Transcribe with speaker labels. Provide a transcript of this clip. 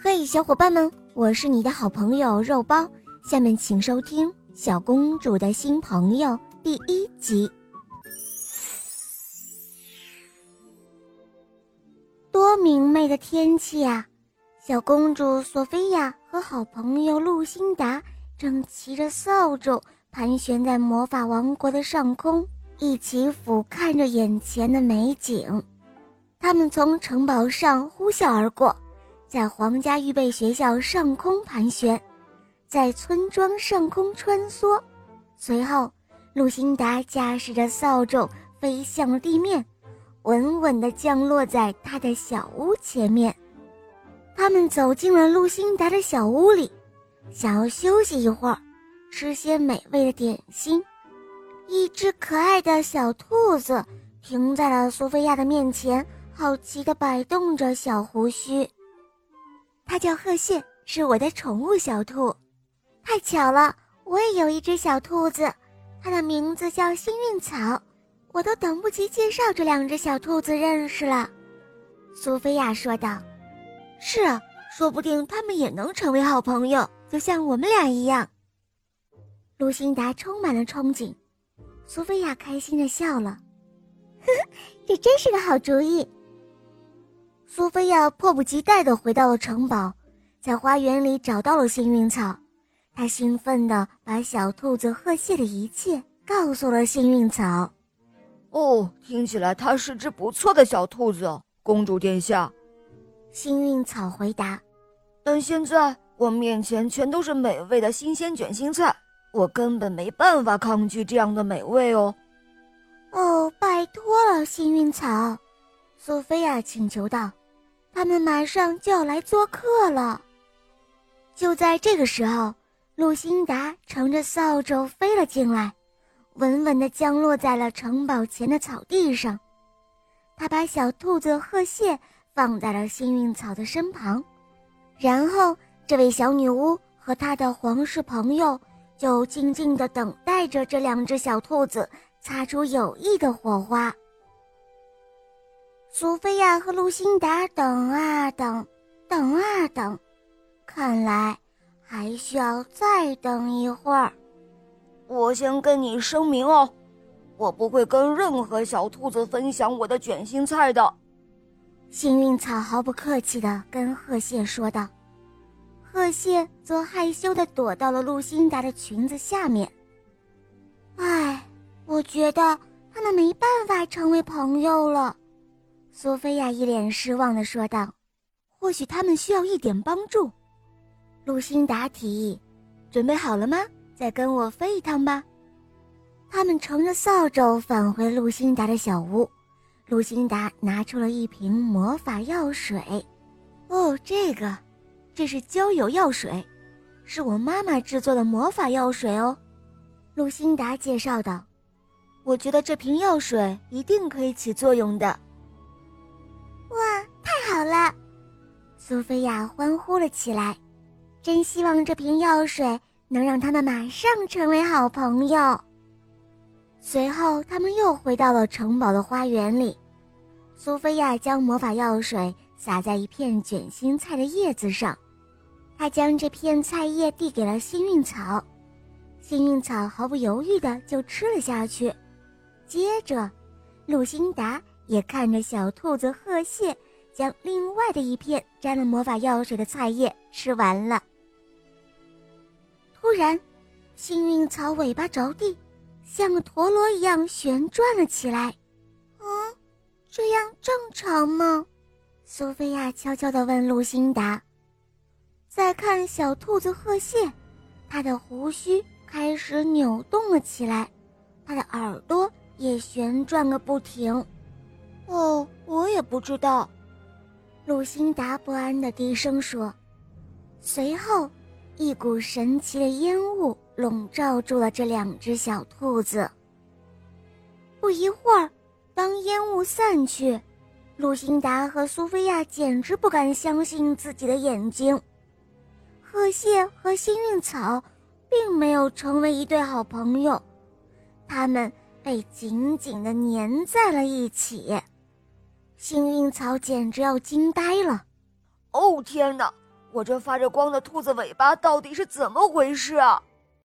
Speaker 1: 嘿，小伙伴们，我是你的好朋友肉包，下面请收听《小公主的新朋友》第1集。多明媚的天气啊！小公主索菲亚和好朋友露辛达正骑着扫帚盘旋在魔法王国的上空，一起俯瞰着眼前的美景。他们从城堡上呼啸而过，在皇家预备学校上空盘旋，在村庄上空穿梭。随后，露辛达驾驶着扫帚飞向了地面，稳稳地降落在他的小屋前面。他们走进了露辛达的小屋里，想要休息一会儿，吃些美味的点心。一只可爱的小兔子停在了苏菲亚的面前，好奇地摆动着小胡须。它叫鹤蟹，是我的宠物小兔。太巧了，我也有一只小兔子，它的名字叫幸运草，我都等不及介绍这2只小兔子认识了。苏菲亚说道。是啊，说不定他们也能成为好朋友，就像我们俩一样。露辛达充满了憧憬，苏菲亚开心地笑了。呵呵，这真是个好主意。苏菲亚迫不及待地回到了城堡，在花园里找到了幸运草。她兴奋地把小兔子鹤蟹的一切告诉了幸运草。
Speaker 2: 哦，听起来它是只不错的小兔子，公主殿下。
Speaker 1: 幸运草回答。
Speaker 2: 但现在我面前全都是美味的新鲜卷心菜，我根本没办法抗拒这样的美味哦。
Speaker 1: 哦，拜托了，幸运草，苏菲亚请求道。他们马上就要来做客了。就在这个时候，露辛达乘着扫帚飞了进来，稳稳地降落在了城堡前的草地上。他把小兔子鹤蟹放在了幸运草的身旁，然后这位小女巫和她的皇室朋友就静静地等待着这2只小兔子擦出友谊的火花。苏菲亚和露辛达等啊等，等啊等，看来还需要再等一会儿。
Speaker 2: 我先跟你声明哦，我不会跟任何小兔子分享我的卷心菜的。
Speaker 1: 幸运草毫不客气地跟鹤蟹说道。鹤蟹则害羞地躲到了露辛达的裙子下面。唉，我觉得他们没办法成为朋友了，苏菲亚一脸失望地说道。或许他们需要一点帮助。露辛达提议，准备好了吗？再跟我飞一趟吧。他们乘着扫帚返回露辛达的小屋。露辛达拿出了一瓶魔法药水。哦，这是交友药水，是我妈妈制作的魔法药水哦。露辛达介绍道。我觉得这瓶药水一定可以起作用的。哇，太好了！苏菲亚欢呼了起来，真希望这瓶药水能让他们马上成为好朋友。随后他们又回到了城堡的花园里。苏菲亚将魔法药水洒在一片卷心菜的叶子上，她将这片菜叶递给了幸运草。幸运草毫不犹豫地就吃了下去。接着露辛达也看着小兔子鹤蟹将另外的一片沾了魔法药水的菜叶吃完了。突然，幸运草尾巴着地，像个陀螺一样旋转了起来。这样正常吗？苏菲亚悄悄地问露辛达。再看小兔子鹤蟹，它的胡须开始扭动了起来，它的耳朵也旋转个不停。哦，我也不知道，露辛达不安地低声说。随后，一股神奇的烟雾笼罩住了这2只小兔子。不一会儿，当烟雾散去，露辛达和苏菲亚简直不敢相信自己的眼睛。鹤蟹和幸运草并没有成为一对好朋友，他们被紧紧地粘在了一起。幸运草简直要惊呆了。
Speaker 2: 哦天哪， 我这发着光的兔子尾巴到底是怎么回事啊？